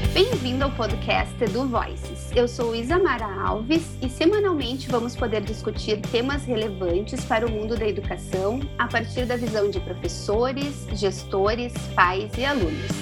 Bem-vindo ao podcast Edu Voices. Eu sou Isamara Alves e semanalmente vamos poder discutir temas relevantes para o mundo da educação a partir da visão de professores, gestores, pais e alunos.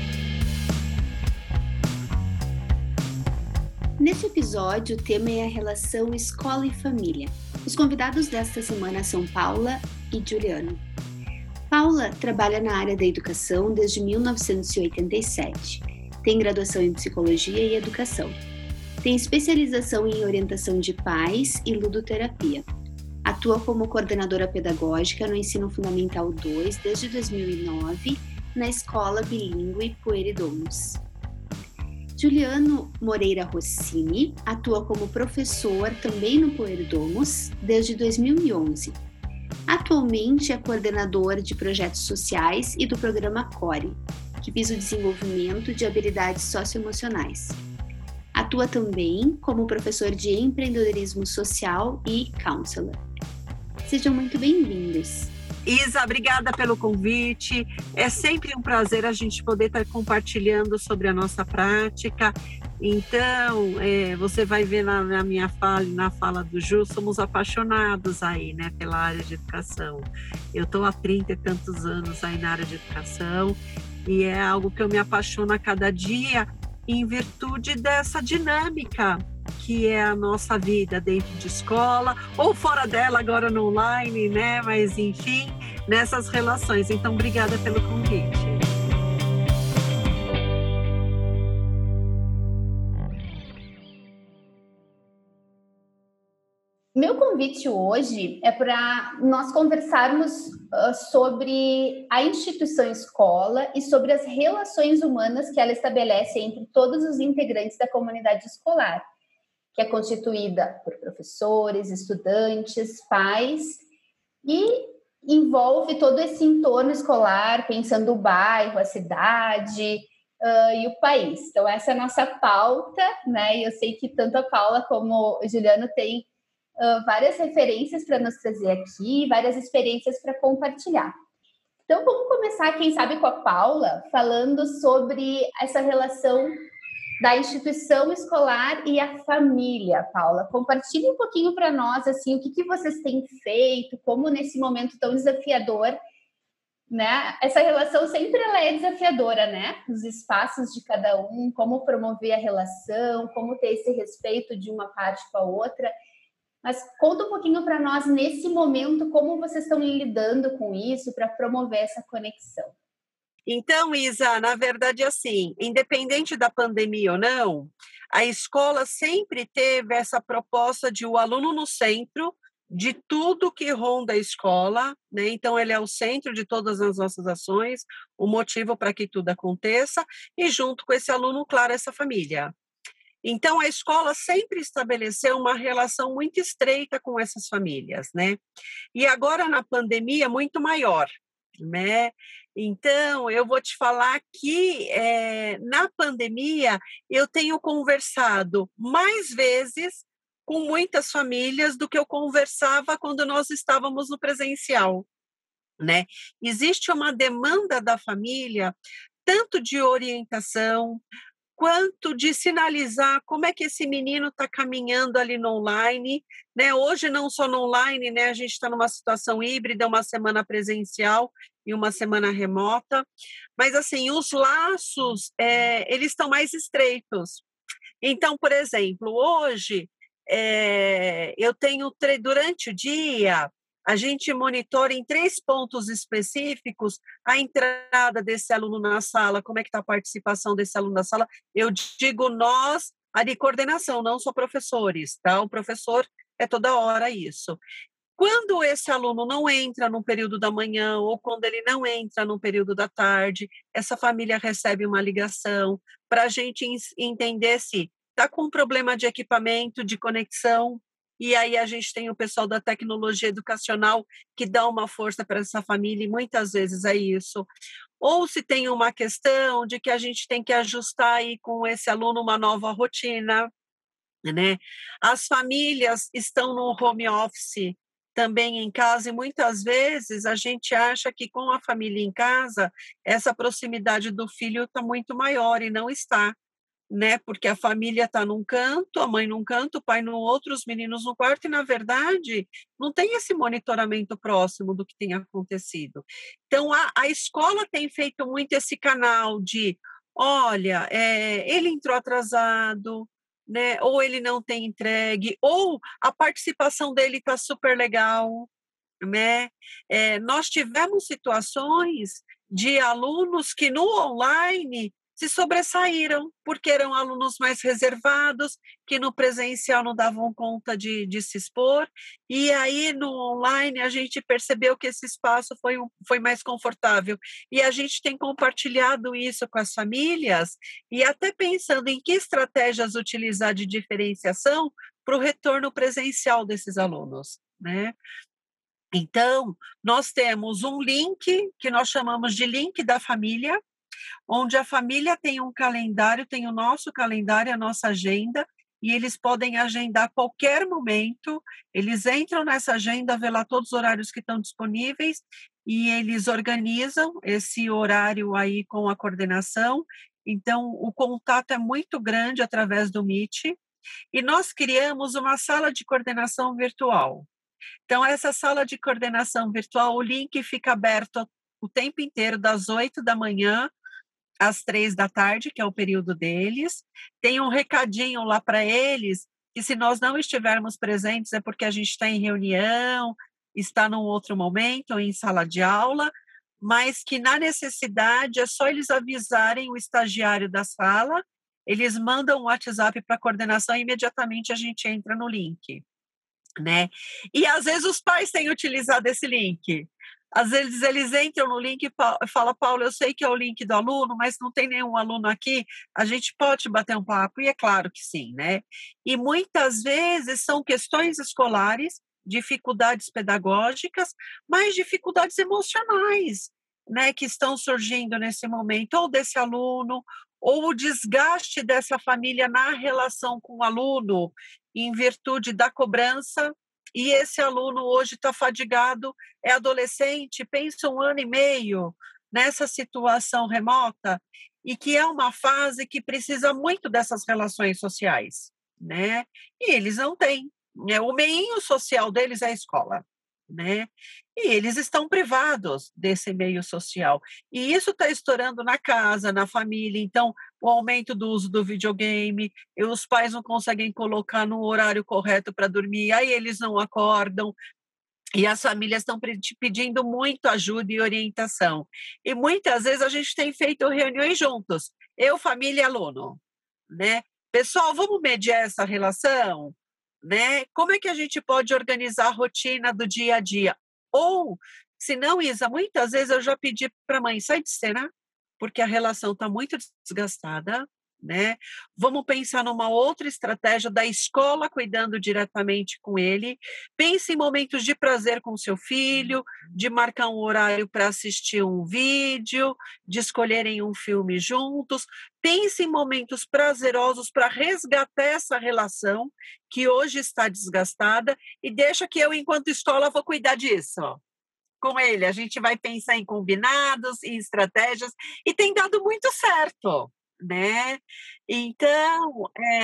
Nesse episódio, o tema é a relação escola e família. Os convidados desta semana são Paula e Juliano. Paula trabalha na área da educação desde 1987. Tem graduação em Psicologia e Educação. Tem especialização em Orientação de Pais e Ludoterapia. Atua como coordenadora pedagógica no Ensino Fundamental 2 desde 2009, na Escola Bilíngue Pueridomus. Juliano Moreira Rossini atua como professor também no Pueridomus desde 2011. Atualmente é coordenador de projetos sociais e do programa CORE, que visa o desenvolvimento de habilidades socioemocionais. Atua também como professor de empreendedorismo social e counselor. Sejam muito bem-vindos. Isa, obrigada pelo convite. É sempre um prazer a gente poder estar compartilhando sobre a nossa prática. Então, você vai ver na minha fala e na fala do Ju, somos apaixonados aí, né, pela área de educação. Eu estou há 30 e tantos anos aí na área de educação e é algo que eu me apaixono a cada dia em virtude dessa dinâmica que é a nossa vida dentro de escola ou fora dela, agora no online, né? Mas, enfim, nessas relações. Então, obrigada pelo convite. Meu convite hoje é para nós conversarmos sobre a instituição escola e sobre as relações humanas que ela estabelece entre todos os integrantes da comunidade escolar, que é constituída por professores, estudantes, pais, e envolve todo esse entorno escolar, pensando o bairro, a cidade e o país. Então, essa é a nossa pauta, né? E eu sei que tanto a Paula como o Juliano têm várias referências para nos trazer aqui, várias experiências para compartilhar. Então, vamos começar, quem sabe, com a Paula, falando sobre essa relação da instituição escolar e a família. Paula, compartilhe um pouquinho para nós, assim, o que vocês têm feito, como nesse momento tão desafiador, né? Essa relação sempre ela é desafiadora, né? Os espaços de cada um, como promover a relação, como ter esse respeito de uma parte com a outra. Mas conta um pouquinho para nós, nesse momento, como vocês estão lidando com isso para promover essa conexão. Então, Isa, na verdade, assim, independente da pandemia ou não, a escola sempre teve essa proposta de o aluno no centro de tudo que ronda a escola, né? Então, ele é o centro de todas as nossas ações, o motivo para que tudo aconteça, e junto com esse aluno, claro, essa família. Então, a escola sempre estabeleceu uma relação muito estreita com essas famílias, né? E agora, na pandemia, muito maior, né? Então, eu vou te falar que na pandemia eu tenho conversado mais vezes com muitas famílias do que eu conversava quando nós estávamos no presencial, né? Existe uma demanda da família, tanto de orientação, quanto de sinalizar como é que esse menino está caminhando ali no online, né? Hoje não só no online, né? A gente está numa situação híbrida, uma semana presencial e uma semana remota, mas assim, os laços, eles estão mais estreitos. Então, por exemplo, hoje, eu tenho, durante o dia, a gente monitora em 3 pontos específicos a entrada desse aluno na sala, como é que está a participação desse aluno na sala. Eu digo nós, a de coordenação, não só professores, tá? O professor é toda hora isso. Quando esse aluno não entra no período da manhã ou quando ele não entra no período da tarde, essa família recebe uma ligação para a gente entender se está com um problema de equipamento, de conexão, e aí a gente tem o pessoal da tecnologia educacional que dá uma força para essa família, e muitas vezes é isso. Ou se tem uma questão de que a gente tem que ajustar aí com esse aluno uma nova rotina, né? As famílias estão no home office também em casa, e muitas vezes a gente acha que com a família em casa, essa proximidade do filho está muito maior, e não está. né? Porque a família está num canto, a mãe num canto, o pai no outro, os meninos no quarto, e, na verdade, não tem esse monitoramento próximo do que tem acontecido. Então, a escola tem feito muito esse canal de, olha, ele entrou atrasado, né? Ou ele não tem entregue, ou a participação dele está super legal, né? Nós tivemos situações de alunos que no online se sobressaíram, porque eram alunos mais reservados, que no presencial não davam conta de se expor, e aí no online a gente percebeu que esse espaço foi mais confortável. E a gente tem compartilhado isso com as famílias, e até pensando em que estratégias utilizar de diferenciação para o retorno presencial desses alunos, né? Então, nós temos um link que nós chamamos de link da família, onde a família tem um calendário, tem o nosso calendário, a nossa agenda, e eles podem agendar a qualquer momento, eles entram nessa agenda, vê lá todos os horários que estão disponíveis, e eles organizam esse horário aí com a coordenação. Então, o contato é muito grande através do Meet, e nós criamos uma sala de coordenação virtual. Então, essa sala de coordenação virtual, o link fica aberto o tempo inteiro, das 8 da manhã às 3 da tarde, que é o período deles. Tem um recadinho lá para eles, que se nós não estivermos presentes é porque a gente está em reunião, está num outro momento, ou em sala de aula, mas que na necessidade é só eles avisarem o estagiário da sala, eles mandam um WhatsApp para a coordenação e imediatamente a gente entra no link, né? E às vezes os pais têm utilizado esse link. Às vezes eles entram no link e falam, Paulo, eu sei que é o link do aluno, mas não tem nenhum aluno aqui, a gente pode bater um papo? E é claro que sim, né? E muitas vezes são questões escolares, dificuldades pedagógicas, mas dificuldades emocionais, né, que estão surgindo nesse momento, ou desse aluno, ou o desgaste dessa família na relação com o aluno, em virtude da cobrança, e esse aluno hoje está fadigado, é adolescente, pensa 1 ano e meio nessa situação remota, e que é uma fase que precisa muito dessas relações sociais, né? E eles não têm, né? O meio social deles é a escola, né? E eles estão privados desse meio social. E isso está estourando na casa, na família. Então, o aumento do uso do videogame, e os pais não conseguem colocar no horário correto para dormir, aí eles não acordam, e as famílias estão pedindo muito ajuda e orientação. E muitas vezes a gente tem feito reuniões juntos, eu, família e aluno, né? Pessoal, vamos mediar essa relação, né? Como é que a gente pode organizar a rotina do dia a dia? Ou, se não, Isa, muitas vezes eu já pedi para a mãe, sai de cena, porque a relação está muito desgastada, né? Vamos pensar numa outra estratégia da escola cuidando diretamente com ele. Pense em momentos de prazer com seu filho, de marcar um horário para assistir um vídeo, de escolherem um filme juntos. Pense em momentos prazerosos para resgatar essa relação que hoje está desgastada e deixa que eu, enquanto escola, vou cuidar disso com ele. A gente vai pensar em combinados, em estratégias, e tem dado muito certo, né? Então,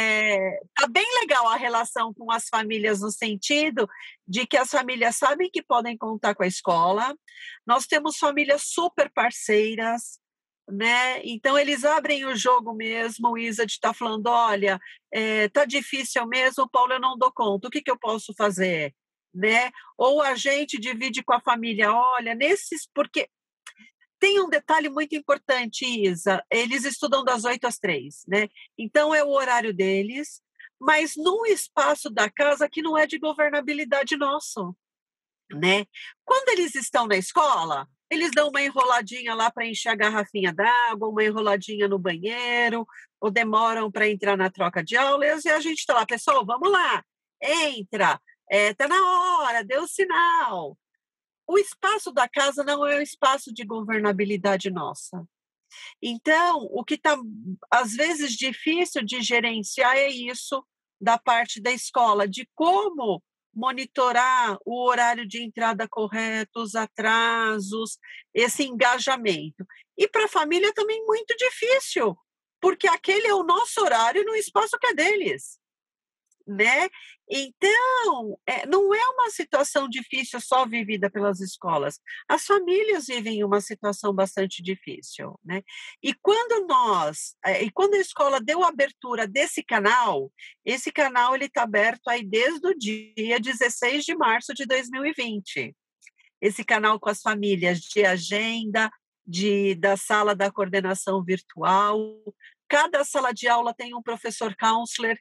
tá bem legal a relação com as famílias no sentido de que as famílias sabem que podem contar com a escola. Nós temos famílias super parceiras, né? Então eles abrem o jogo mesmo. O Isa de estar falando, olha, tá difícil mesmo, Paulo, eu não dou conta. O que eu posso fazer? Né? Ou a gente divide com a família, olha, porque tem um detalhe muito importante, Isa, eles estudam das 8 às 3, né? Então é o horário deles, mas num espaço da casa que não é de governabilidade nosso, né? Quando eles estão na escola, eles dão uma enroladinha lá para encher a garrafinha d'água, uma enroladinha no banheiro, ou demoram para entrar na troca de aulas, e a gente está lá, pessoal, vamos lá, entra, tá na hora, deu o sinal. O espaço da casa não é um espaço de governabilidade nossa. Então, o que está, às vezes, difícil de gerenciar é isso da parte da escola, de como monitorar o horário de entrada correto, os atrasos, esse engajamento. E para a família também muito difícil, porque aquele é o nosso horário no espaço que é deles, né? Então, não é uma situação difícil só vivida pelas escolas. As famílias vivem uma situação bastante difícil, né? E quando a escola deu abertura desse canal, esse canal ele está aberto aí desde o dia 16 de março de 2020. Esse canal com as famílias de agenda, da sala da coordenação virtual. Cada sala de aula tem um professor counselor.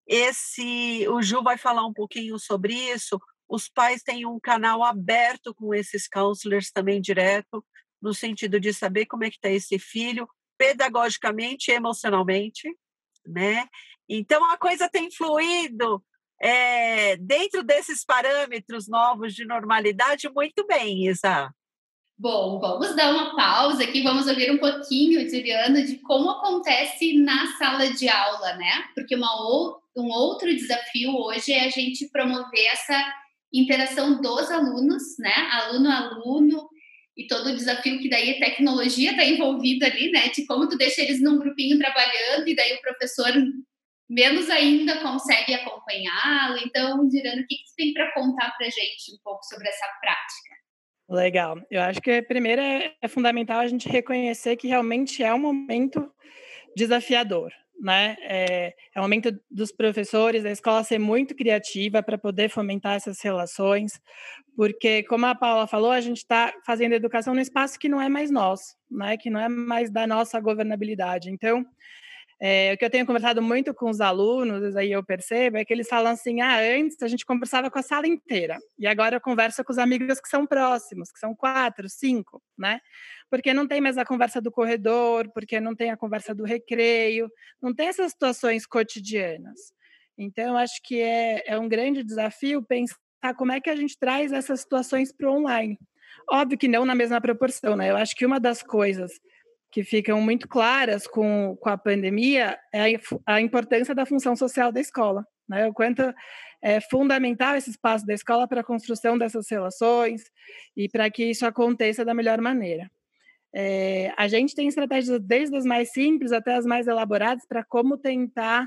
O Ju vai falar um pouquinho sobre isso. Os pais têm um canal aberto com esses counselors também direto, no sentido de saber como é que está esse filho, pedagogicamente e emocionalmente, né? Então, a coisa tem fluído dentro desses parâmetros novos de normalidade muito bem, Isa. Bom, vamos dar uma pausa aqui, vamos ouvir um pouquinho, Juliana, de como acontece na sala de aula, né? Porque um outro desafio hoje é a gente promover essa interação dos alunos, né? Aluno a aluno, e todo o desafio que daí a tecnologia está envolvida ali, né? De como tu deixa eles num grupinho trabalhando e daí o professor menos ainda consegue acompanhá-lo. Então, Juliana, o que tu tem para contar para a gente um pouco sobre essa prática? Legal. Eu acho que primeiro é fundamental a gente reconhecer que realmente é um momento desafiador, né? É um momento dos professores, da escola ser muito criativa para poder fomentar essas relações, porque, como a Paula falou, a gente está fazendo educação num espaço que não é mais nosso, né? Que não é mais da nossa governabilidade. Então, o que eu tenho conversado muito com os alunos, aí eu percebo, é que eles falam assim, antes a gente conversava com a sala inteira, e agora eu converso com os amigos que são próximos, que são 4, 5, né? Porque não tem mais a conversa do corredor, porque não tem a conversa do recreio, não tem essas situações cotidianas. Então, eu acho que é um grande desafio pensar como é que a gente traz essas situações para o online. Óbvio que não na mesma proporção, né? Eu acho que uma das coisas que ficam muito claras com a pandemia é a importância da função social da escola, né? O quanto é fundamental esse espaço da escola para a construção dessas relações e para que isso aconteça da melhor maneira. A gente tem estratégias desde as mais simples até as mais elaboradas para como tentar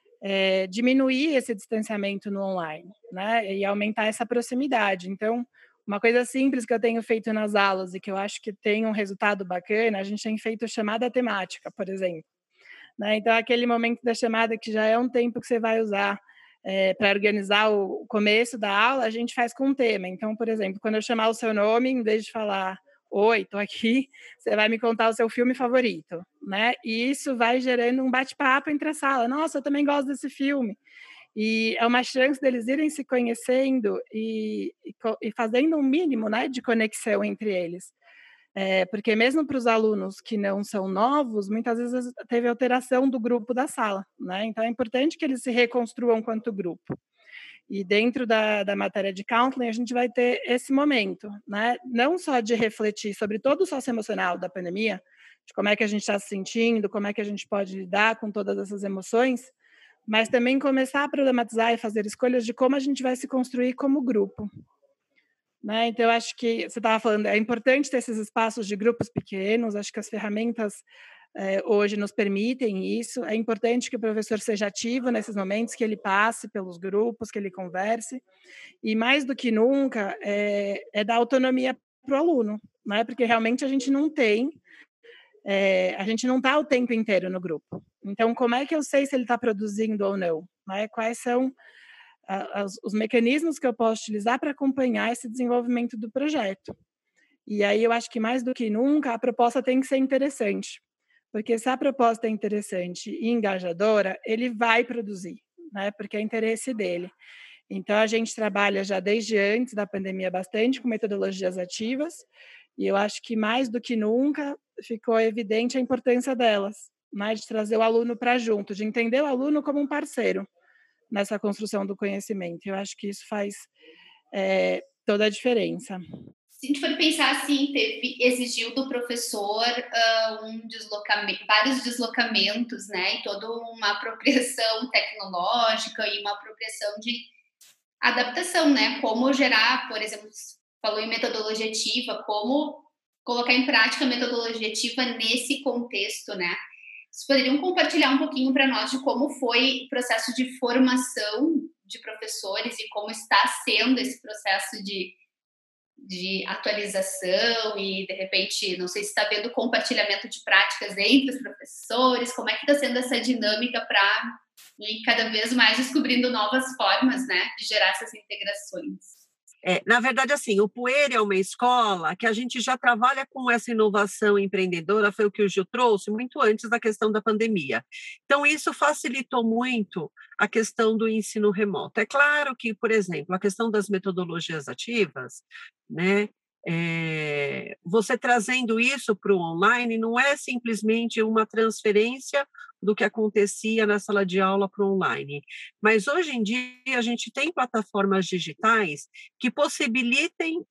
diminuir esse distanciamento no online, né? E aumentar essa proximidade. Então, uma coisa simples que eu tenho feito nas aulas e que eu acho que tem um resultado bacana, a gente tem feito chamada temática, por exemplo, né? Então, aquele momento da chamada que já é um tempo que você vai usar para organizar o começo da aula, a gente faz com um tema. Então, por exemplo, quando eu chamar o seu nome, em vez de falar oi, tô aqui, você vai me contar o seu filme favorito, né? E isso vai gerando um bate-papo entre a sala. Nossa, eu também gosto desse filme. E é uma chance deles irem se conhecendo e fazendo um mínimo, né, de conexão entre eles. Porque mesmo para os alunos que não são novos, muitas vezes teve alteração do grupo da sala, né? Então é importante que eles se reconstruam quanto grupo. E dentro da matéria de counseling, a gente vai ter esse momento, né? Não só de refletir sobre todo o socioemocional da pandemia, de como é que a gente está se sentindo, como é que a gente pode lidar com todas essas emoções, mas também começar a problematizar e fazer escolhas de como a gente vai se construir como grupo. Né? Então, eu acho que você estava falando, é importante ter esses espaços de grupos pequenos, acho que as ferramentas hoje nos permitem isso, é importante que o professor seja ativo nesses momentos, que ele passe pelos grupos, que ele converse, e mais do que nunca, é dar autonomia para o aluno, né? Porque realmente a gente não tem, a gente não está o tempo inteiro no grupo. Então, como é que eu sei se ele está produzindo ou não? Né? Quais são os mecanismos que eu posso utilizar para acompanhar esse desenvolvimento do projeto? E aí eu acho que mais do que nunca a proposta tem que ser interessante, porque se a proposta é interessante e engajadora, ele vai produzir, né? Porque é interesse dele. Então a gente trabalha já desde antes da pandemia bastante com metodologias ativas, e eu acho que mais do que nunca ficou evidente a importância delas, né? De trazer o aluno para junto, de entender o aluno como um parceiro nessa construção do conhecimento. Eu acho que isso faz toda a diferença. Se a gente for pensar assim, exigiu do professor vários deslocamentos, né? E toda uma apropriação tecnológica e uma apropriação de adaptação, né? Como gerar, por exemplo, falou em metodologia ativa, como colocar em prática a metodologia ativa nesse contexto, né? Vocês poderiam compartilhar um pouquinho para nós de como foi o processo de formação de professores e como está sendo esse processo de atualização e, de repente, não sei se está havendo compartilhamento de práticas entre os professores, como é que está sendo essa dinâmica para ir cada vez mais descobrindo novas formas, né, de gerar essas integrações? Na verdade, assim, o Poeira é uma escola que a gente já trabalha com essa inovação empreendedora, foi o que o Gil trouxe, muito antes da questão da pandemia. Então, isso facilitou muito a questão do ensino remoto. É claro que, por exemplo, a questão das metodologias ativas, né, você trazendo isso para o online não é simplesmente uma transferência do que acontecia na sala de aula para o online. Mas, hoje em dia, a gente tem plataformas digitais que possibilitam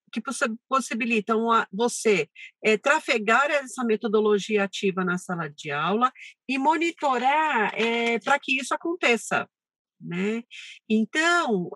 você trafegar essa metodologia ativa na sala de aula e monitorar para que isso aconteça, né? Então,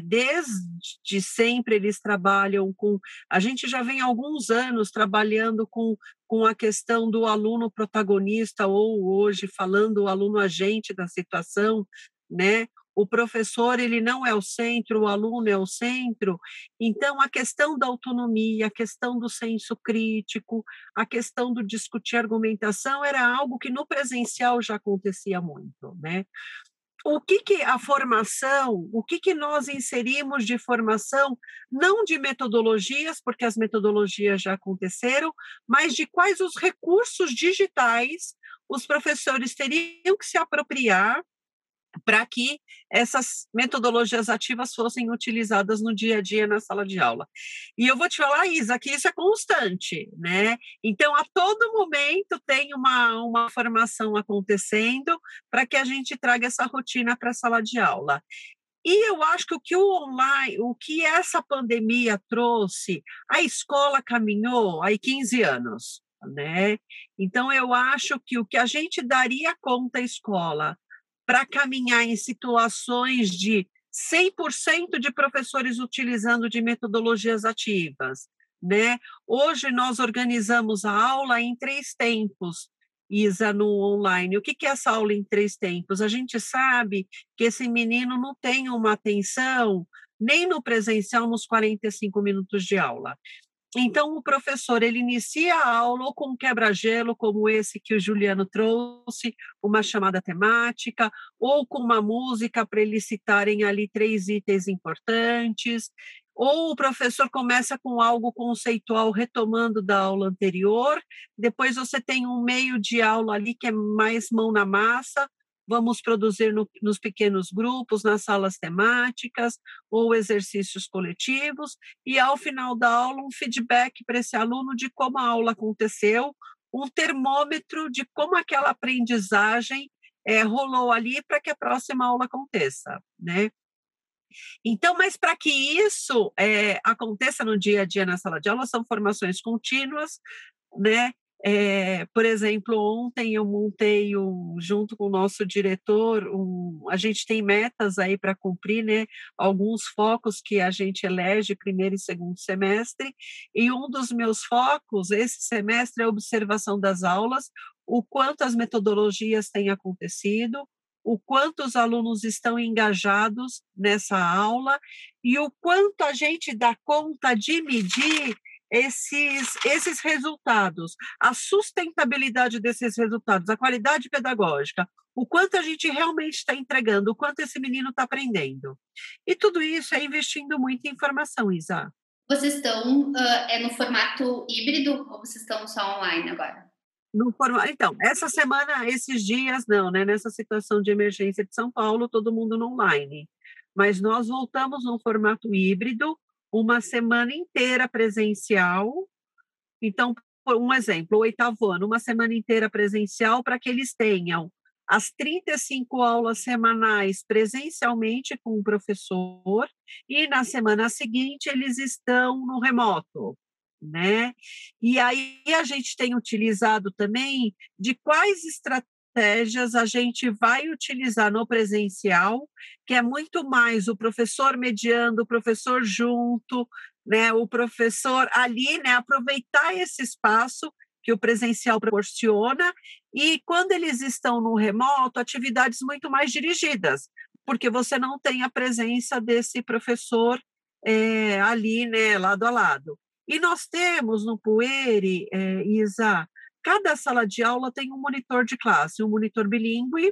desde sempre eles trabalham com... A gente já vem há alguns anos trabalhando com a questão do aluno protagonista, ou hoje falando o aluno agente da situação, né? O professor, ele não é o centro, o aluno é o centro. Então, a questão da autonomia, a questão do senso crítico, a questão do discutir argumentação era algo que no presencial já acontecia muito, né? O que a formação, o que nós inserimos de formação, não de metodologias, porque as metodologias já aconteceram, mas de quais os recursos digitais os professores teriam que se apropriar para que essas metodologias ativas fossem utilizadas no dia a dia na sala de aula. E eu vou te falar, Isa, que isso é constante, né? Então, a todo momento tem uma formação acontecendo para que a gente traga essa rotina para a sala de aula. E eu acho que o que o online, o que essa pandemia trouxe, a escola caminhou há 15 anos, né? Então, eu acho que o que a gente daria conta à escola para caminhar em situações de 100% de professores utilizando de metodologias ativas, né? Hoje nós organizamos a aula em 3 tempos, Isa, no online. O que é essa aula em 3 tempos? A gente sabe que esse menino não tem uma atenção nem no presencial nos 45 minutos de aula. Então, o professor, ele inicia a aula ou com um quebra-gelo, como esse que o Juliano trouxe, uma chamada temática, ou com uma música para eles citarem ali 3 itens importantes, ou o professor começa com algo conceitual, retomando da aula anterior, depois você tem um meio de aula ali que é mais mão na massa, vamos produzir nos pequenos grupos, nas salas temáticas, ou exercícios coletivos, e ao final da aula um feedback para esse aluno de como a aula aconteceu, um termômetro de como aquela aprendizagem rolou ali para que a próxima aula aconteça, né? Então, mas para que isso aconteça no dia a dia na sala de aula, são formações contínuas, né? Por exemplo, ontem eu montei, junto com o nosso diretor, a gente tem metas aí para cumprir, né? Alguns focos que a gente elege primeiro e segundo semestre, e um dos meus focos, esse semestre, é a observação das aulas, o quanto as metodologias têm acontecido, o quanto os alunos estão engajados nessa aula e o quanto a gente dá conta de medir esses resultados, a sustentabilidade desses resultados, a qualidade pedagógica, o quanto a gente realmente está entregando, o quanto esse menino está aprendendo. E tudo isso é investindo muito em informação, Isa. Vocês estão no formato híbrido ou vocês estão só online agora? Então, essa semana, esses dias, não, né? Nessa situação de emergência de São Paulo, todo mundo no online. Mas nós voltamos num formato híbrido, uma semana inteira presencial. Então, por um exemplo, o 8º ano, uma semana inteira presencial para que eles tenham as 35 aulas semanais presencialmente com o professor e na semana seguinte eles estão no remoto, né? E aí a gente tem utilizado também de quais estratégias a gente vai utilizar no presencial, que é muito mais o professor mediando, o professor junto, né? O professor ali, né? Aproveitar esse espaço que o presencial proporciona, e quando eles estão no remoto, atividades muito mais dirigidas, porque você não tem a presença desse professor ali, né, lado a lado. E nós temos no Pueri, Isa, cada sala de aula tem um monitor de classe, um monitor bilíngue,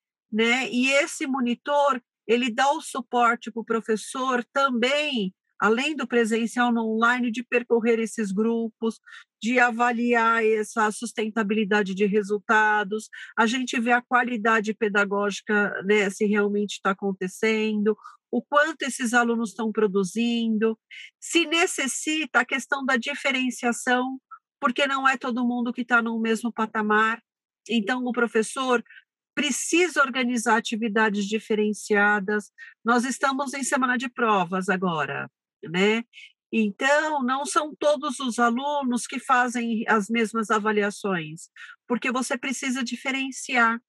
né? E esse monitor, ele dá o suporte para o professor também, além do presencial no online, de percorrer esses grupos, de avaliar essa sustentabilidade de resultados, a gente vê a qualidade pedagógica, né, se realmente está acontecendo, o quanto esses alunos estão produzindo, se necessita a questão da diferenciação, porque não é todo mundo que está no mesmo patamar, então o professor precisa organizar atividades diferenciadas. Nós estamos em semana de provas agora, né? Então, não são todos os alunos que fazem as mesmas avaliações, porque você precisa diferenciar,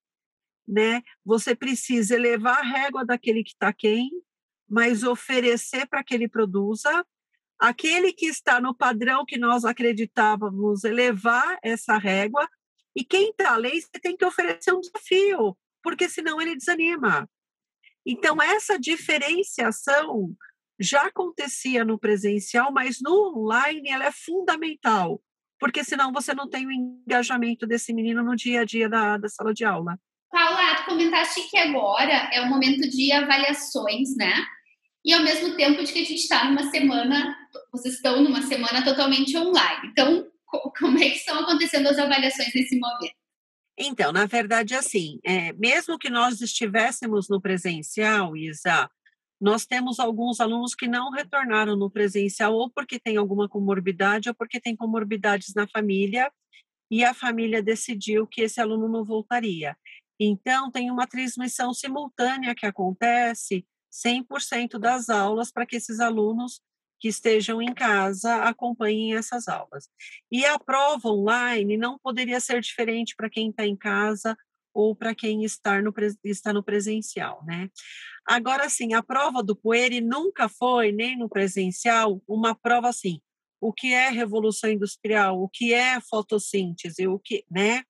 né? Você precisa elevar a régua daquele que está quem, mas oferecer para que ele produza. Aquele que está no padrão que nós acreditávamos, elevar essa régua, e quem está além, você tem que oferecer um desafio, porque senão ele desanima. Então, essa diferenciação já acontecia no presencial, mas no online ela é fundamental, porque senão você não tem o engajamento desse menino no dia a dia da sala de aula. Paula, tu comentaste que agora é o momento de avaliações, né? E ao mesmo tempo de que a gente está numa semana, vocês estão numa semana totalmente online. Então, como é que estão acontecendo as avaliações nesse momento? Então, na verdade, assim, mesmo que nós estivéssemos no presencial, Isa, nós temos alguns alunos que não retornaram no presencial, ou porque tem alguma comorbidade, ou porque tem comorbidades na família, e a família decidiu que esse aluno não voltaria. Então, tem uma transmissão simultânea que acontece 100% das aulas para que esses alunos que estejam em casa acompanhem essas aulas. E a prova online não poderia ser diferente para quem está em casa ou para quem está no presencial, né? Agora, sim, a prova do Pueri nunca foi, nem no presencial, uma prova assim, o que é revolução industrial, o que é fotossíntese, o que, né?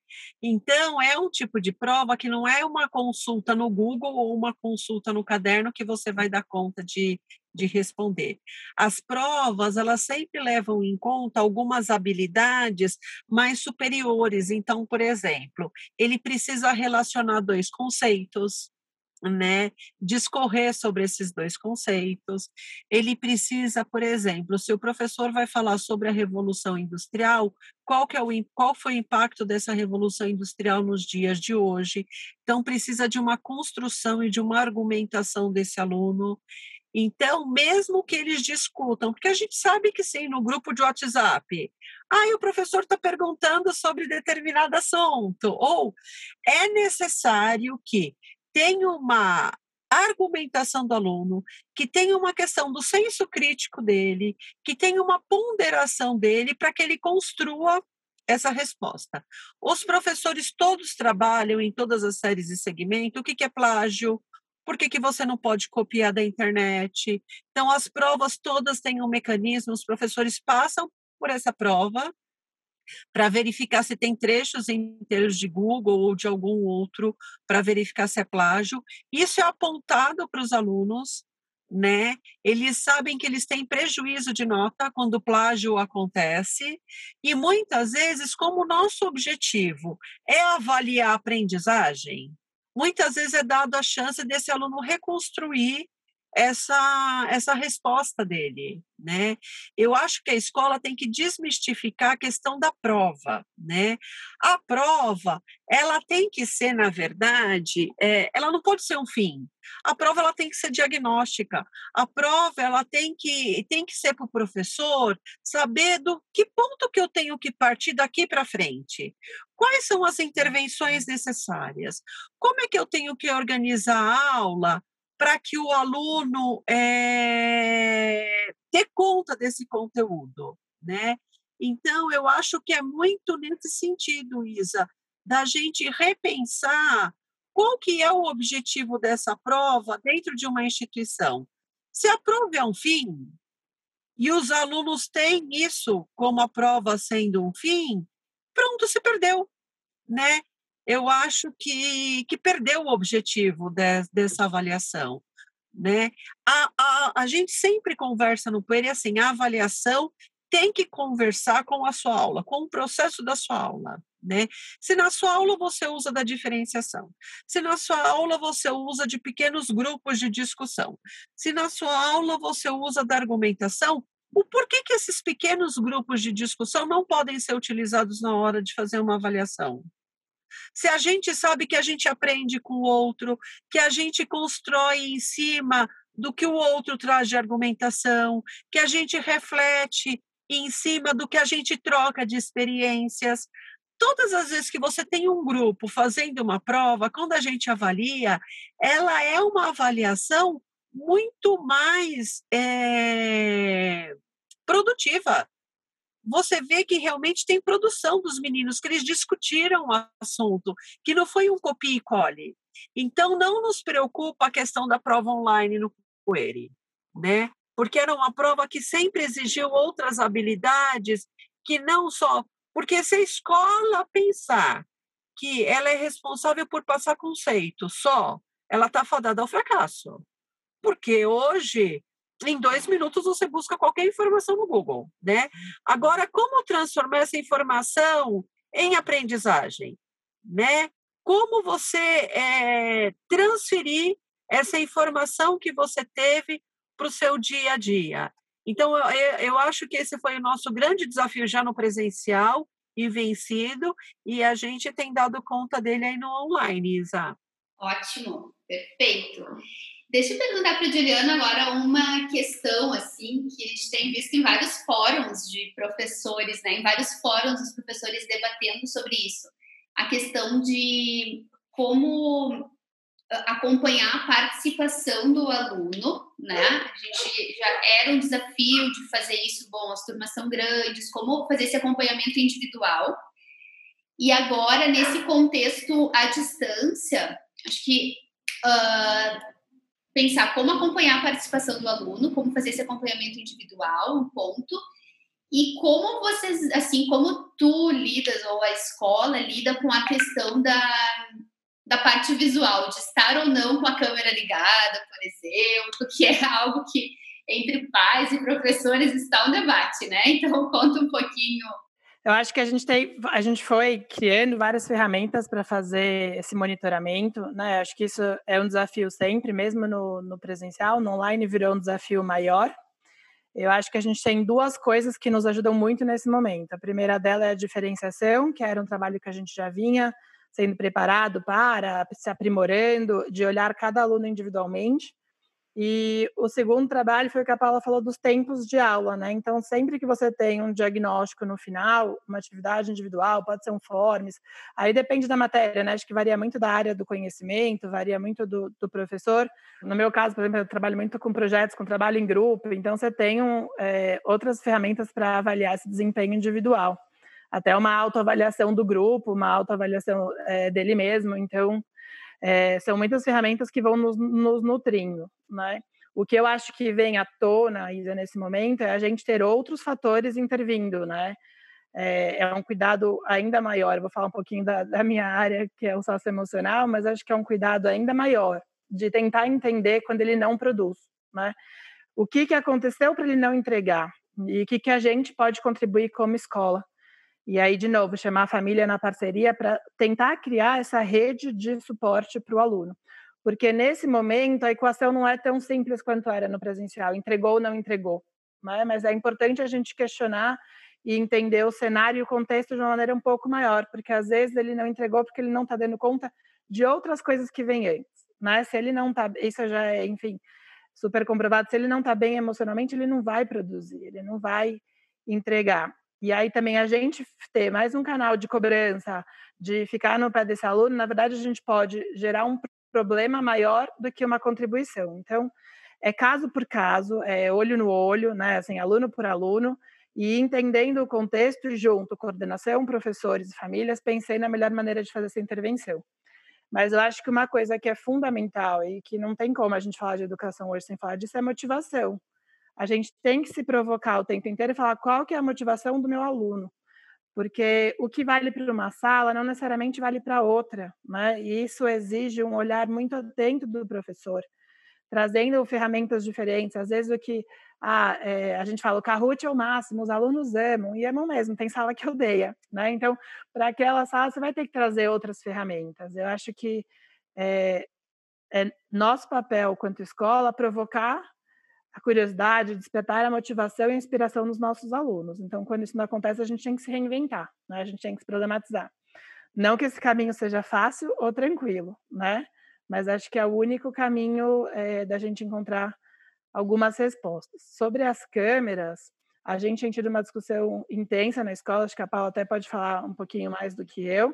Então, é um tipo de prova que não é uma consulta no Google ou uma consulta no caderno que você vai dar conta de responder. As provas, elas sempre levam em conta algumas habilidades mais superiores. Então, por exemplo, ele precisa relacionar dois conceitos, né, discorrer sobre esses dois conceitos. Ele precisa, por exemplo, se o professor vai falar sobre a Revolução Industrial, qual foi o impacto dessa Revolução Industrial nos dias de hoje? Então, precisa de uma construção e de uma argumentação desse aluno. Então, mesmo que eles discutam, porque a gente sabe que sim, no grupo de WhatsApp, o professor está perguntando sobre determinado assunto, ou é necessário que tenha uma argumentação do aluno, que tenha uma questão do senso crítico dele, que tenha uma ponderação dele para que ele construa essa resposta. Os professores todos trabalham em todas as séries de segmento. O que é plágio? Por que você não pode copiar da internet? Então, as provas todas têm um mecanismo, os professores passam por essa prova para verificar se tem trechos inteiros de Google ou de algum outro, para verificar se é plágio. Isso é apontado para os alunos, né? Eles sabem que eles têm prejuízo de nota quando o plágio acontece, e muitas vezes, como o nosso objetivo é avaliar a aprendizagem, muitas vezes é dado a chance desse aluno reconstruir essa resposta dele, né? Eu acho que a escola tem que desmistificar a questão da prova, né? A prova, ela tem que ser, na verdade, ela não pode ser um fim. A prova, ela tem que ser diagnóstica. A prova, ela tem que ser para o professor saber do que ponto que eu tenho que partir daqui para frente. Quais são as intervenções necessárias? Como é que eu tenho que organizar a aula para que o aluno dê conta desse conteúdo, né? Então, eu acho que é muito nesse sentido, Isa, da gente repensar qual que é o objetivo dessa prova dentro de uma instituição. Se a prova é um fim, e os alunos têm isso como a prova sendo um fim, pronto, se perdeu, né? Eu acho que perdeu o objetivo dessa avaliação, né? A gente sempre conversa no Poeira, e assim, a avaliação tem que conversar com a sua aula, com o processo da sua aula, né? Se na sua aula você usa da diferenciação, se na sua aula você usa de pequenos grupos de discussão, se na sua aula você usa da argumentação, o porquê que esses pequenos grupos de discussão não podem ser utilizados na hora de fazer uma avaliação? Se a gente sabe que a gente aprende com o outro, que a gente constrói em cima do que o outro traz de argumentação, que a gente reflete em cima do que a gente troca de experiências. Todas as vezes que você tem um grupo fazendo uma prova, quando a gente avalia, ela é uma avaliação muito mais produtiva. Você vê que realmente tem produção dos meninos, que eles discutiram o assunto, que não foi um copia e cole. Então, não nos preocupa a questão da prova online no Coeri, né? Porque era uma prova que sempre exigiu outras habilidades, que não só... Porque se a escola pensar que ela é responsável por passar conceito só, ela está fadada ao fracasso. Porque hoje, em 2 minutos, você busca qualquer informação no Google, né? Agora, como transformar essa informação em aprendizagem, né? Como você transferir essa informação que você teve para o seu dia a dia? Então, eu acho que esse foi o nosso grande desafio já no presencial e vencido, e a gente tem dado conta dele aí no online, Isa. Ótimo, perfeito. Deixa eu perguntar para a Juliana agora uma questão assim que a gente tem visto em vários fóruns de professores, né? Em vários fóruns os professores debatendo sobre isso. A questão de como acompanhar a participação do aluno, né? A gente já era um desafio de fazer isso, bom, as turmas são grandes, como fazer esse acompanhamento individual. E agora, nesse contexto à distância, acho que pensar como acompanhar a participação do aluno, como fazer esse acompanhamento individual, um ponto, e como vocês, assim, como tu lidas, ou a escola lida com a questão da parte visual, de estar ou não com a câmera ligada, por exemplo, que é algo que entre pais e professores está um debate, né? Então, conta um pouquinho. Eu acho que a gente foi criando várias ferramentas para fazer esse monitoramento, né? Acho que isso é um desafio sempre, mesmo no presencial, no online virou um desafio maior. Eu acho que a gente tem 2 coisas que nos ajudam muito nesse momento. A primeira dela é a diferenciação, que era um trabalho que a gente já vinha sendo preparado para, se aprimorando, de olhar cada aluno individualmente. E o segundo trabalho foi o que a Paula falou dos tempos de aula, né? Então, sempre que você tem um diagnóstico no final, uma atividade individual, pode ser um Forms, aí depende da matéria, né? Acho que varia muito da área do conhecimento, varia muito do professor. No meu caso, por exemplo, eu trabalho muito com projetos, com trabalho em grupo, então você tem outras ferramentas para avaliar esse desempenho individual. Até uma autoavaliação do grupo, uma autoavaliação dele mesmo, então... são muitas ferramentas que vão nos nutrindo, né? O que eu acho que vem à tona, Isa, nesse momento, é a gente ter outros fatores intervindo, né? É um cuidado ainda maior. Eu vou falar um pouquinho da minha área, que é o socioemocional, mas acho que é um cuidado ainda maior, de tentar entender quando ele não produz, né? O que aconteceu para ele não entregar? E o que a gente pode contribuir como escola? E aí, de novo, chamar a família na parceria para tentar criar essa rede de suporte para o aluno. Porque nesse momento a equação não é tão simples quanto era no presencial, entregou ou não entregou, né? Mas é importante a gente questionar e entender o cenário e o contexto de uma maneira um pouco maior, porque às vezes ele não entregou porque ele não está dando conta de outras coisas que vêm antes, né? Se ele não está, isso já é, enfim, super comprovado, se ele não está bem emocionalmente, ele não vai produzir, ele não vai entregar. E aí também a gente ter mais um canal de cobrança, de ficar no pé desse aluno, na verdade a gente pode gerar um problema maior do que uma contribuição. Então, é caso por caso, é olho no olho, né, assim, aluno por aluno, e entendendo o contexto e junto, coordenação, professores e famílias, pensei na melhor maneira de fazer essa intervenção. Mas eu acho que uma coisa que é fundamental e que não tem como a gente falar de educação hoje sem falar disso é motivação. A gente tem que se provocar o tempo inteiro e falar qual que é a motivação do meu aluno. porque o que vale para uma sala não necessariamente vale para outra, né? E isso exige um olhar muito atento do professor, trazendo ferramentas diferentes. Às vezes a gente fala, o Kahoot é o máximo, os alunos amam, e amam mesmo, tem sala que odeia, né? Então, para aquela sala, você vai ter que trazer outras ferramentas. Eu acho que é, é nosso papel, quanto escola, provocar a curiosidade, despertar a motivação e a inspiração nos nossos alunos. Então, quando isso não acontece, a gente tem que se reinventar, né? A gente tem que se problematizar. Não que esse caminho seja fácil ou tranquilo, né? Mas acho que é o único caminho da gente encontrar algumas respostas. Sobre as câmeras, a gente tem tido uma discussão intensa na escola, acho que a Paula até pode falar um pouquinho mais do que eu,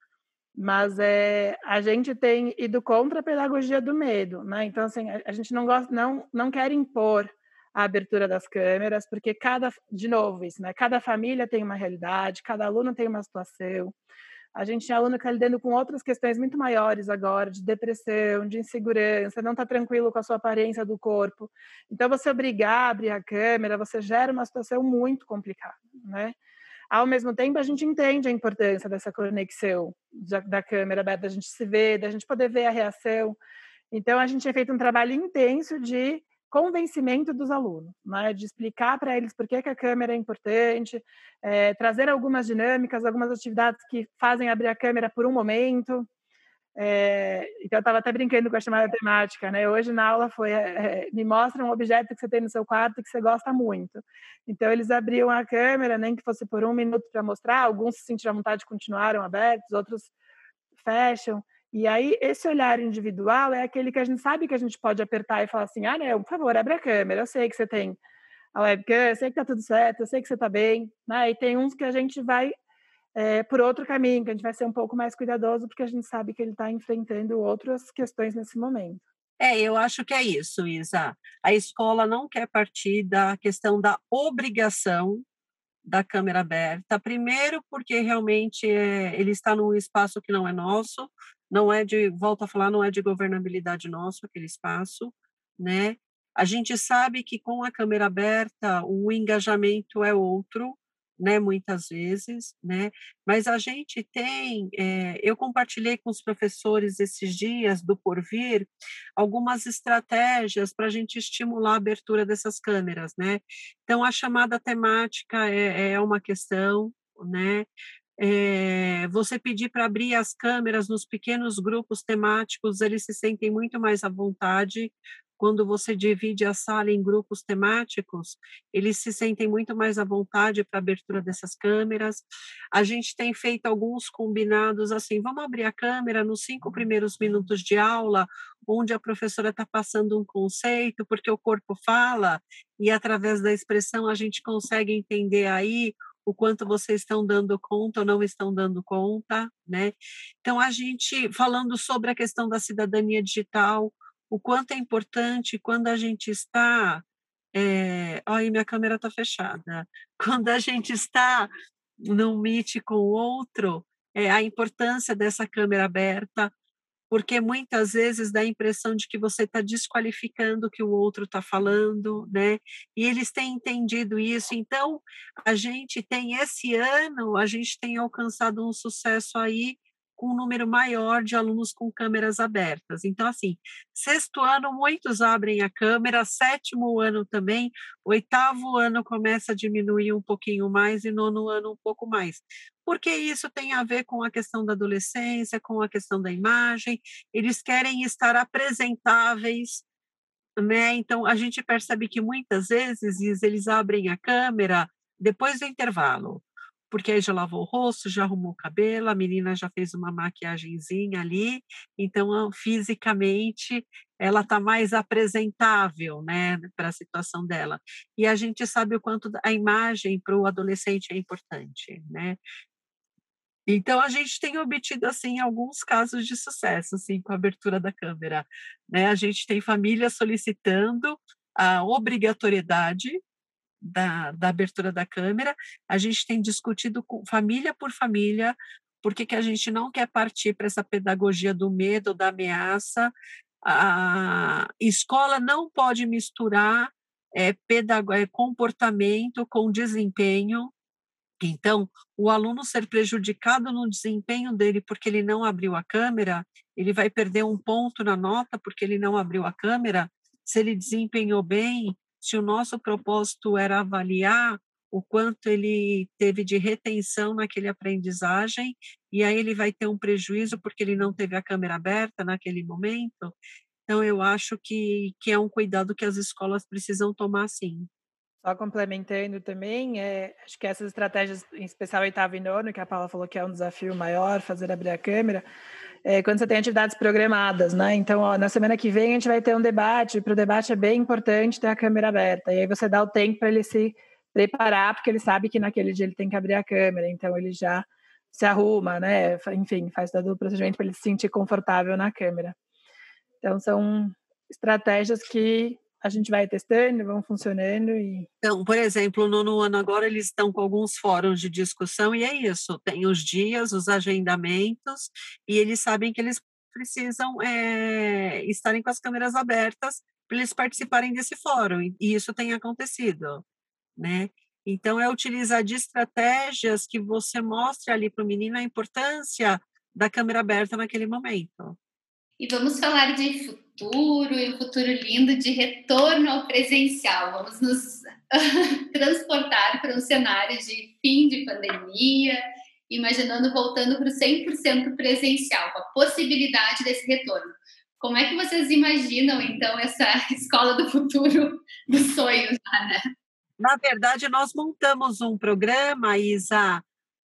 mas a gente tem ido contra a pedagogia do medo, né? Então, assim, a gente não gosta, não quer impor a abertura das câmeras, porque de novo isso, né? Cada família tem uma realidade, cada aluno tem uma situação. A gente tem aluno que está lidando com outras questões muito maiores agora, de depressão, de insegurança, não está tranquilo com a sua aparência do corpo. Então, você obrigar a abrir a câmera, você gera uma situação muito complicada, né? Ao mesmo tempo, a gente entende a importância dessa conexão da câmera aberta, da gente se ver, da gente poder ver a reação. Então, a gente tem feito um trabalho intenso de convencimento dos alunos, né? De explicar para eles por que a câmera é importante, trazer algumas dinâmicas, algumas atividades que fazem abrir a câmera por um momento. Então, eu estava até brincando com a chamada temática, né? Hoje na aula foi me mostra um objeto que você tem no seu quarto que você gosta muito. Então, eles abriam a câmera, nem que fosse por 1 minuto para mostrar, alguns se sentiram à vontade e continuaram abertos, outros fecham. E aí, esse olhar individual é aquele que a gente sabe que a gente pode apertar e falar assim, não, por favor, abre a câmera, eu sei que você tem a webcam, eu sei que tá tudo certo, eu sei que você tá bem, né? E tem uns que a gente vai por outro caminho, que a gente vai ser um pouco mais cuidadoso, porque a gente sabe que ele está enfrentando outras questões nesse momento. Eu acho que é isso, Isa. A escola não quer partir da questão da obrigação da câmera aberta, primeiro porque realmente ele está num espaço que não é nosso, não é volto a falar, não é de governabilidade nosso aquele espaço, né? A gente sabe que com a câmera aberta o engajamento é outro, né? Muitas vezes, né? Mas a gente tem, eu compartilhei com os professores esses dias do Porvir algumas estratégias para a gente estimular a abertura dessas câmeras, né? Então, a chamada temática é uma questão, né? Você pedir para abrir as câmeras nos pequenos grupos temáticos, eles se sentem muito mais à vontade. Quando você divide a sala em grupos temáticos, eles se sentem muito mais à vontade para a abertura dessas câmeras. A gente tem feito alguns combinados assim, vamos abrir a câmera nos 5 primeiros minutos de aula, onde a professora está passando um conceito, porque o corpo fala, e através da expressão a gente consegue entender aí o quanto vocês estão dando conta ou não estão dando conta, né? Então, a gente, falando sobre a questão da cidadania digital, o quanto é importante quando a gente está... Ai, minha câmera está fechada. Quando a gente está num meet com o outro, a importância dessa câmera aberta, porque muitas vezes dá a impressão de que você está desqualificando o que o outro está falando, né? E eles têm entendido isso. Então, esse ano, a gente tem alcançado um sucesso aí com um número maior de alunos com câmeras abertas. Então, assim, sexto ano, muitos abrem a câmera, sétimo ano também, oitavo ano começa a diminuir um pouquinho mais e nono ano um pouco mais. Porque isso tem a ver com a questão da adolescência, com a questão da imagem, eles querem estar apresentáveis, né? Então, a gente percebe que muitas vezes eles abrem a câmera depois do intervalo, porque aí já lavou o rosto, já arrumou o cabelo, a menina já fez uma maquiagenzinha ali, então, fisicamente, ela está mais apresentável, né, para a situação dela. E a gente sabe o quanto a imagem para o adolescente é importante, né? Então, a gente tem obtido, assim, alguns casos de sucesso, assim, com a abertura da câmera, né. A gente tem famílias solicitando a obrigatoriedade da abertura da câmera, a gente tem discutido com família por família, por que que a gente não quer partir para essa pedagogia do medo, da ameaça. A escola não pode misturar, comportamento com desempenho, Então, o aluno ser prejudicado no desempenho dele porque ele não abriu a câmera, ele vai perder um ponto na nota porque ele não abriu a câmera. Se ele desempenhou bem, se o nosso propósito era avaliar o quanto ele teve de retenção naquele aprendizagem, e aí ele vai ter um prejuízo porque ele não teve a câmera aberta naquele momento. Então, eu acho que é um cuidado que as escolas precisam tomar, sim. Só complementando também, acho que essas estratégias, em especial oitavo e nono, que a Paula falou que é um desafio maior, fazer abrir a câmera, quando você tem atividades programadas, né? Então, ó, na semana que vem a gente vai ter um debate, para o debate é bem importante ter a câmera aberta, e aí você dá o tempo para ele se preparar, porque ele sabe que naquele dia ele tem que abrir a câmera, então ele já se arruma, né? Enfim, faz todo o procedimento para ele se sentir confortável na câmera. Então, são estratégias que a gente vai testando, vão funcionando e... Então, por exemplo, no nono ano agora eles estão com alguns fóruns de discussão e é isso, tem os dias, os agendamentos, e eles sabem que eles precisam estarem com as câmeras abertas para eles participarem desse fórum, e isso tem acontecido, né? Então, é utilizar de estratégias que você mostre ali para o menino a importância da câmera aberta naquele momento. E vamos falar de futuro, e um futuro lindo de retorno ao presencial. Vamos nos transportar para um cenário de fim de pandemia, imaginando voltando para o 100% presencial, com a possibilidade desse retorno. Como é que vocês imaginam, então, essa escola do futuro dos sonhos, né? Na verdade, nós montamos um programa, Isa,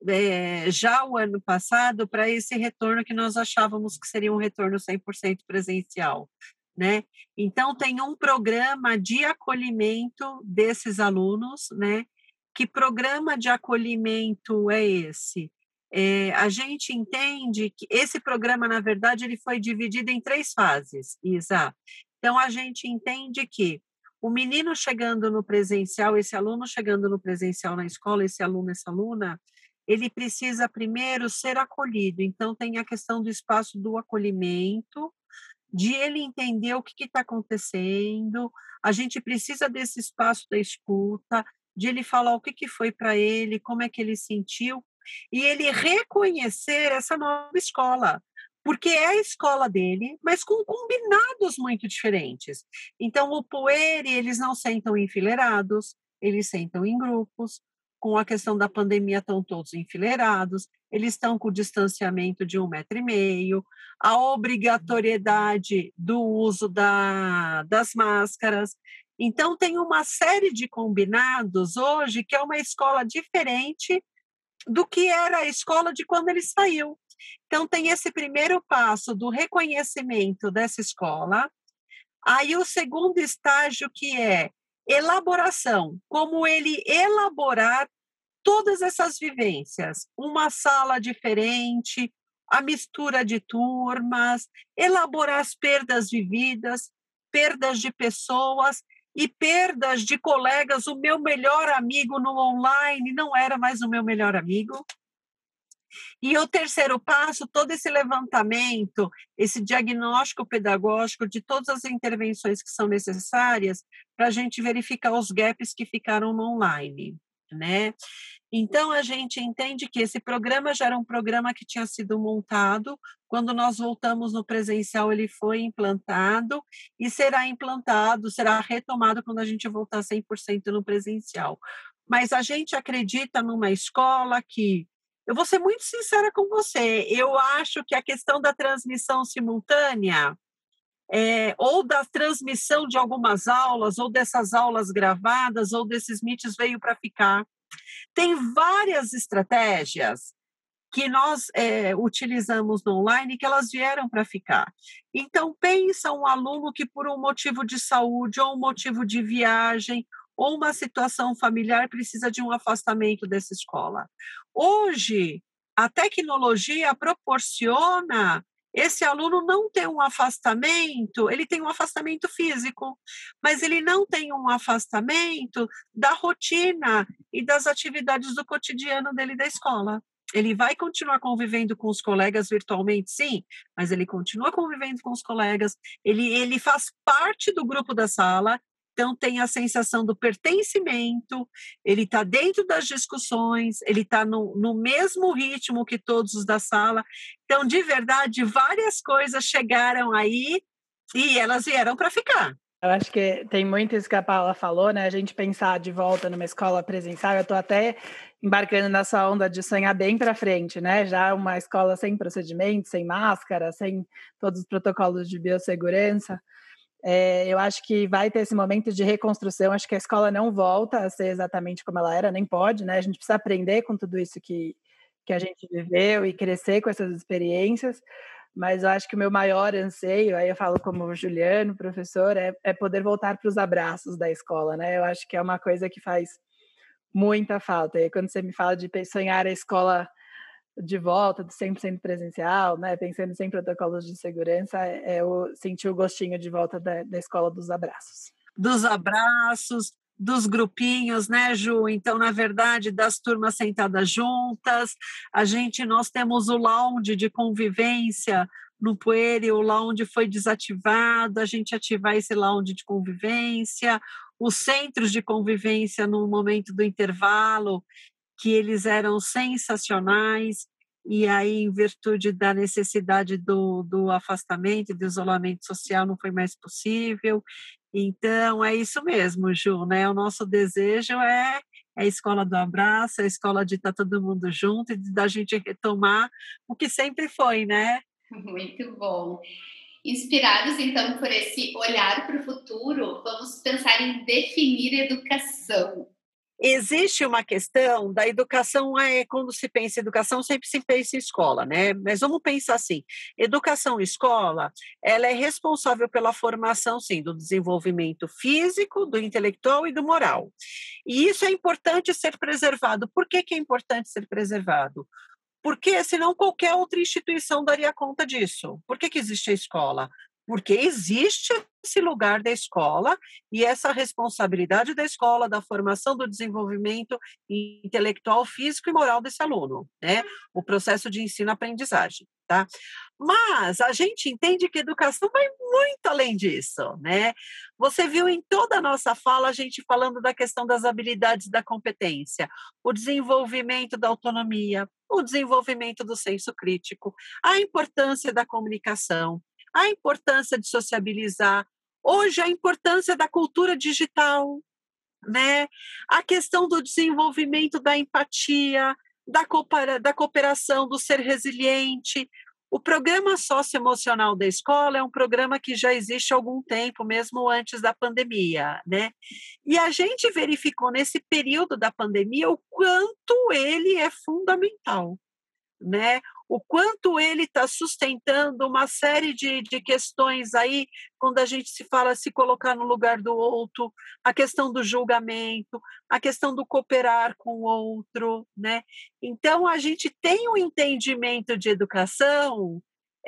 já o ano passado, para esse retorno que nós achávamos que seria um retorno 100% presencial, né? Então, tem um programa de acolhimento desses alunos, né? Que programa de acolhimento é esse? A gente entende que esse programa, na verdade, ele foi dividido em 3 fases, Isa. Então, a gente entende que o menino chegando no presencial, esse aluno chegando no presencial na escola, esse aluno, essa aluna, ele precisa primeiro ser acolhido. Então, tem a questão do espaço do acolhimento, de ele entender o que está acontecendo. A gente precisa desse espaço da escuta, de ele falar o que foi para ele, como é que ele sentiu, e ele reconhecer essa nova escola, porque é a escola dele, mas com combinados muito diferentes. Então, o poeire, eles não sentam enfileirados, eles sentam em grupos. Com a questão da pandemia, estão todos enfileirados, eles estão com o distanciamento de 1,5 metro, a obrigatoriedade do uso das máscaras. Então, tem uma série de combinados hoje que é uma escola diferente do que era a escola de quando ele saiu. Então, tem esse primeiro passo do reconhecimento dessa escola. Aí, o segundo estágio, que é elaboração, como ele elaborar todas essas vivências, uma sala diferente, a mistura de turmas, elaborar as perdas vividas, perdas de pessoas e perdas de colegas. O meu melhor amigo no online não era mais o meu melhor amigo. E o terceiro passo, todo esse levantamento, esse diagnóstico pedagógico de todas as intervenções que são necessárias para a gente verificar os gaps que ficaram no online, né? Então, a gente entende que esse programa já era um programa que tinha sido montado, quando nós voltamos no presencial ele foi implantado e será implantado, será retomado quando a gente voltar 100% no presencial. Mas a gente acredita numa escola que, eu vou ser muito sincera com você, eu acho que a questão da transmissão simultânea, ou da transmissão de algumas aulas, ou dessas aulas gravadas, ou desses meets veio para ficar. Tem várias estratégias que nós utilizamos no online que elas vieram para ficar. Então, pensa um aluno que por um motivo de saúde, ou um motivo de viagem, ou uma situação familiar precisa de um afastamento dessa escola. Hoje, a tecnologia proporciona esse aluno não ter um afastamento, ele tem um afastamento físico, mas ele não tem um afastamento da rotina e das atividades do cotidiano dele da escola. Ele vai continuar convivendo com os colegas virtualmente, sim, mas ele continua convivendo com os colegas, ele faz parte do grupo da sala, então tem a sensação do pertencimento, ele está dentro das discussões, ele está no mesmo ritmo que todos os da sala. Então, de verdade, várias coisas chegaram aí e elas vieram para ficar. Eu acho que tem muito isso que a Paula falou, né? A gente pensar de volta numa escola presencial. Eu estou até embarcando nessa onda de sonhar bem para frente, né? Já uma escola sem procedimentos, sem máscara, sem todos os protocolos de biossegurança. Eu acho que vai ter esse momento de reconstrução. Acho que a escola não volta a ser exatamente como ela era, nem pode, né? A gente precisa aprender com tudo isso que a gente viveu e crescer com essas experiências. Mas eu acho que o meu maior anseio, aí eu falo como Juliano, professor, é poder voltar para os abraços da escola, né? Eu acho que é uma coisa que faz muita falta. E quando você me fala de sonhar a escola de volta, de 100% presencial, né? Pensando sem protocolos de segurança, eu senti o gostinho de volta da escola dos abraços. Dos abraços, dos grupinhos, né, Ju? Então, na verdade, das turmas sentadas juntas, nós temos o lounge de convivência no Poeire, o lounge foi desativado, a gente ativar esse lounge de convivência, os centros de convivência no momento do intervalo, que eles eram sensacionais, e aí, em virtude da necessidade do afastamento e do isolamento social, não foi mais possível. Então, é isso mesmo, Ju, né? O nosso desejo é a escola do abraço, a escola de estar todo mundo junto e da gente retomar o que sempre foi, né? Muito bom. Inspirados, então, por esse olhar para o futuro, vamos pensar em definir educação. Existe uma questão da educação, quando se pensa em educação, sempre se pensa em escola, né? Mas vamos pensar assim, educação e escola, ela é responsável pela formação, sim, do desenvolvimento físico, do intelectual e do moral. E isso é importante ser preservado. Por que é importante ser preservado? Porque senão qualquer outra instituição daria conta disso. Por que existe a escola? Porque existe esse lugar da escola e essa responsabilidade da escola, da formação, do desenvolvimento intelectual, físico e moral desse aluno, né? O processo de ensino-aprendizagem, tá? Mas a gente entende que a educação vai muito além disso, né? Você viu em toda a nossa fala a gente falando da questão das habilidades da competência, o desenvolvimento da autonomia, o desenvolvimento do senso crítico, a importância da comunicação, a importância de sociabilizar, hoje a importância da cultura digital, né? A questão do desenvolvimento da empatia, da cooperação, do ser resiliente. O programa socioemocional da escola é um programa que já existe há algum tempo, mesmo antes da pandemia, né? E a gente verificou nesse período da pandemia o quanto ele é fundamental, né? O quanto ele está sustentando uma série de questões aí, quando a gente se fala se colocar no lugar do outro, a questão do julgamento, a questão do cooperar com o outro, né? Então, a gente tem um entendimento de educação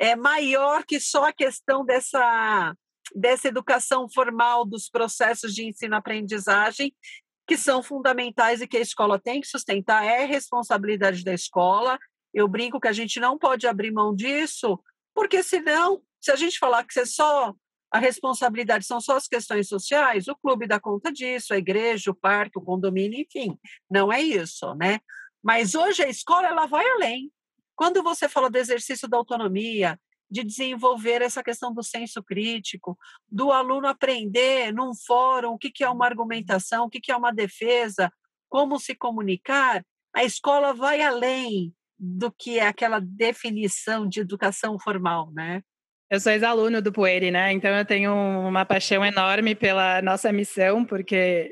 maior que só a questão dessa educação formal dos processos de ensino-aprendizagem, que são fundamentais e que a escola tem que sustentar, é responsabilidade da escola. Eu brinco que a gente não pode abrir mão disso, porque senão, se a gente falar que a responsabilidade são só as questões sociais, o clube dá conta disso, a igreja, o parque, o condomínio, enfim, não é isso, né? Mas hoje a escola, ela vai além. Quando você fala do exercício da autonomia, de desenvolver essa questão do senso crítico, do aluno aprender num fórum o que é uma argumentação, o que é uma defesa, como se comunicar, a escola vai além do que é aquela definição de educação formal, né? Eu sou ex-aluno do Poeire, né? Então eu tenho uma paixão enorme pela nossa missão, porque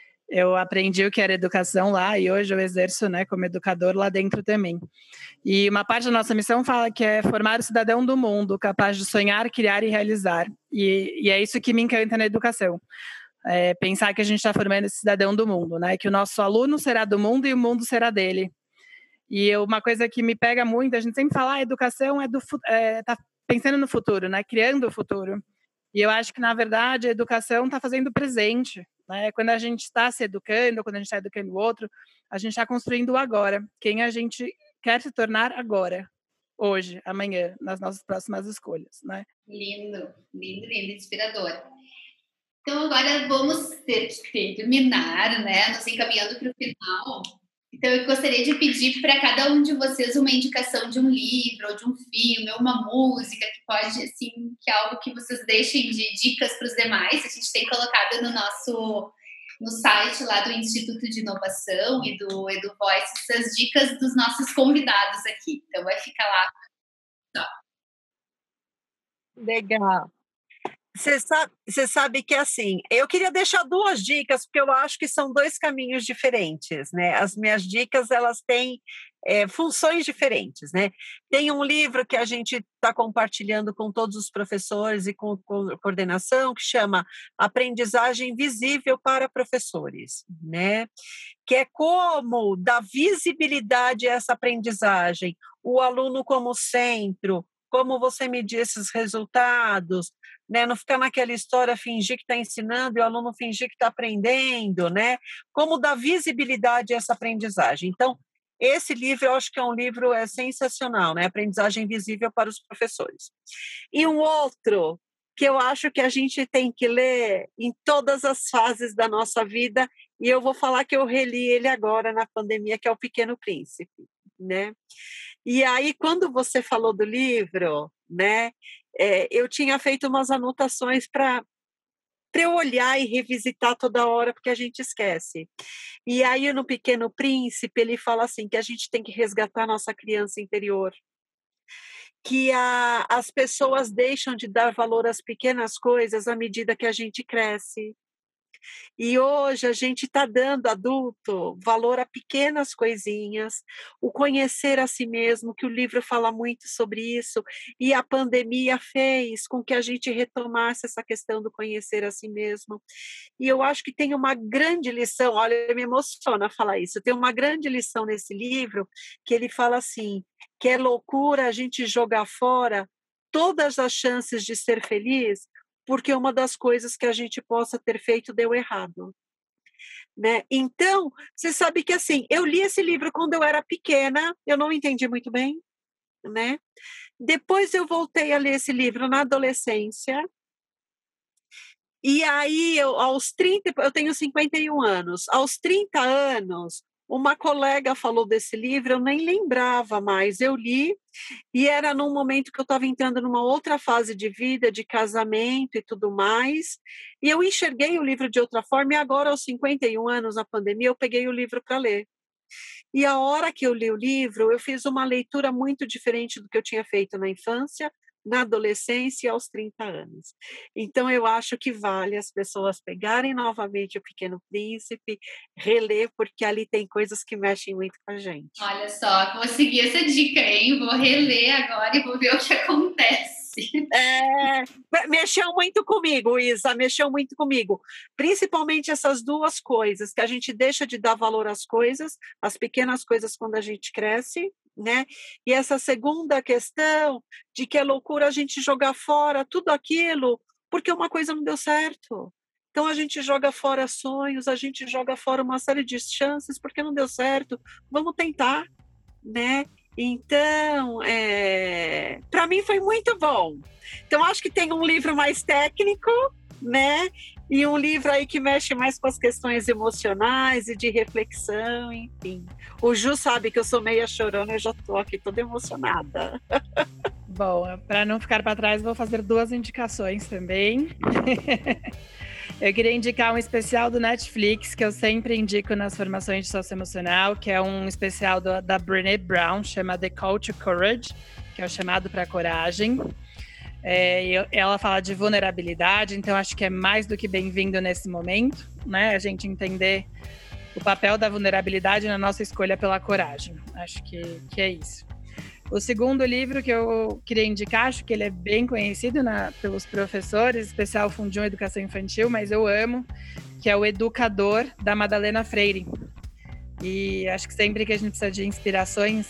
eu aprendi o que era educação lá e hoje eu exerço, né, como educador lá dentro também. E uma parte da nossa missão fala que é formar o cidadão do mundo, capaz de sonhar, criar e realizar. E é isso que me encanta na educação. Pensar que a gente está formando esse cidadão do mundo, né? Que o nosso aluno será do mundo e o mundo será dele. E uma coisa que me pega muito, a gente sempre fala, a educação tá pensando no futuro, né? Criando o futuro. E eu acho que, na verdade, a educação está fazendo o presente, né? Quando a gente está se educando, quando a gente está educando o outro, a gente está construindo o agora. Quem a gente quer se tornar agora, hoje, amanhã, nas nossas próximas escolhas, né? Lindo, lindo, lindo, inspirador. Então, agora vamos ter que terminar, né? Nos encaminhando para o final. Então, eu gostaria de pedir para cada um de vocês uma indicação de um livro, ou de um filme, ou uma música, que pode, assim, que é algo que vocês deixem de dicas para os demais. A gente tem colocado no site lá do Instituto de Inovação e do EduVoice as dicas dos nossos convidados aqui. Então, vai ficar lá. Legal. Você sabe que, assim, eu queria deixar 2 dicas, porque eu acho que são 2 caminhos diferentes, né? As minhas dicas, elas têm funções diferentes, né? Tem um livro que a gente está compartilhando com todos os professores e com coordenação, que chama Aprendizagem Visível para Professores, né? Que é como dar visibilidade a essa aprendizagem, o aluno como centro, como você medir esses resultados, né? Não ficar naquela história, fingir que está ensinando e o aluno fingir que está aprendendo, né? Como dar visibilidade a essa aprendizagem. Então, esse livro eu acho que é um livro sensacional, né? Aprendizagem Visível para os Professores. E um outro que eu acho que a gente tem que ler em todas as fases da nossa vida, e eu vou falar que eu reli ele agora na pandemia, que é O Pequeno Príncipe, né? E aí, quando você falou do livro, né, eu tinha feito umas anotações para eu olhar e revisitar toda hora, porque a gente esquece. E aí, no Pequeno Príncipe, ele fala assim, que a gente tem que resgatar a nossa criança interior, que as pessoas deixam de dar valor às pequenas coisas à medida que a gente cresce. E hoje a gente está dando, adulto, valor a pequenas coisinhas, o conhecer a si mesmo, que o livro fala muito sobre isso, e a pandemia fez com que a gente retomasse essa questão do conhecer a si mesmo. E eu acho que tem uma grande lição, olha, me emociona falar isso, tem uma grande lição nesse livro, que ele fala assim, que é loucura a gente jogar fora todas as chances de ser feliz, porque uma das coisas que a gente possa ter feito deu errado, né? Então, você sabe que, assim, eu li esse livro quando eu era pequena, eu não entendi muito bem, né? Depois eu voltei a ler esse livro na adolescência, e aí, aos 30, eu tenho 51 anos, aos 30 anos, uma colega falou desse livro, eu nem lembrava mais, eu li, e era num momento que eu estava entrando numa outra fase de vida, de casamento e tudo mais, e eu enxerguei o livro de outra forma, e agora, aos 51 anos, na pandemia, eu peguei o livro para ler. E a hora que eu li o livro, eu fiz uma leitura muito diferente do que eu tinha feito na infância, na adolescência e aos 30 anos. Então, eu acho que vale as pessoas pegarem novamente O Pequeno Príncipe, reler, porque ali tem coisas que mexem muito com a gente. Olha só, vou seguir essa dica, hein? Vou reler agora e vou ver o que acontece. Mexeu muito comigo, Isa, mexeu muito comigo. Principalmente essas 2 coisas, que a gente deixa de dar valor às coisas, às pequenas coisas quando a gente cresce, né? E essa segunda questão de que é loucura a gente jogar fora tudo aquilo porque uma coisa não deu certo. Então a gente joga fora sonhos, a gente joga fora uma série de chances porque não deu certo. Vamos tentar, né? Então, para mim foi muito bom. Então acho que tem um livro mais técnico, né? E um livro aí que mexe mais com as questões emocionais e de reflexão, enfim. O Ju sabe que eu sou meia chorona, eu já estou aqui toda emocionada. Bom, para não ficar para trás, vou fazer 2 indicações também. Eu queria indicar um especial do Netflix, que eu sempre indico nas formações de socioemocional, que é um especial da Brené Brown, chama The Call to Courage, que é o chamado para a coragem. Ela fala de vulnerabilidade, então acho que é mais do que bem-vindo nesse momento, né? A gente entender o papel da vulnerabilidade na nossa escolha pela coragem. Acho que é isso. O segundo livro que eu queria indicar, acho que ele é bem conhecido pelos professores, especial Fundium Educação Infantil, mas eu amo, que é O Educador, da Madalena Freire. E acho que sempre que a gente precisa de inspirações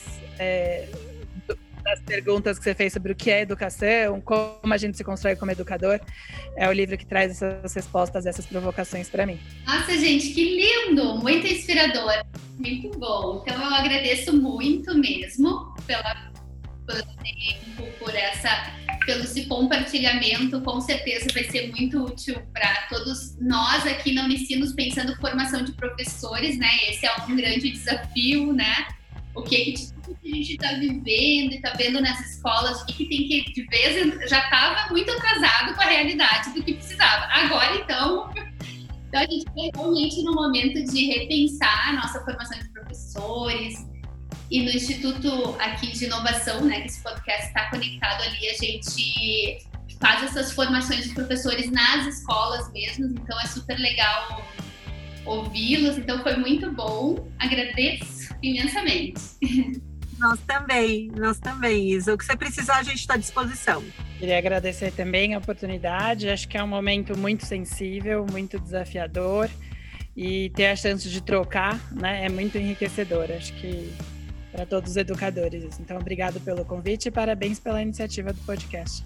das perguntas que você fez sobre o que é educação, como a gente se constrói como educador, é o livro que traz essas respostas, essas provocações para mim. Nossa, gente, que lindo! Muito inspirador. Muito bom. Então, eu agradeço muito mesmo pelo tempo, pelo esse compartilhamento, com certeza vai ser muito útil para todos nós aqui na Unicinos, pensando em formação de professores, né? Esse é um grande desafio, né? O que a gente está vivendo e está vendo nas escolas, o que tem que, de vez, já estava muito atrasado com a realidade do que precisava. Agora, então a gente está realmente no momento de repensar a nossa formação de professores. E no Instituto aqui de Inovação, né, que esse podcast está conectado ali, a gente faz essas formações de professores nas escolas mesmo, então é super legal ouvi-los, então foi muito bom, agradeço imensamente. Nós também, Isa. O que você precisar, a gente está à disposição. Queria agradecer também a oportunidade, acho que é um momento muito sensível, muito desafiador, e ter a chance de trocar, né, é muito enriquecedor, acho que para todos os educadores. Então, obrigado pelo convite e parabéns pela iniciativa do podcast.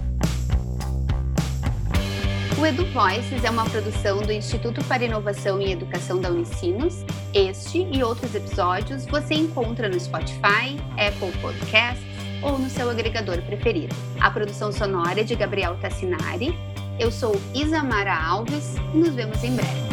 O Edu Voices é uma produção do Instituto para Inovação e Educação da Unicinos. Este e outros episódios você encontra no Spotify, Apple Podcasts ou no seu agregador preferido. A produção sonora é de Gabriel Tassinari. Eu sou Isamara Alves e nos vemos em breve.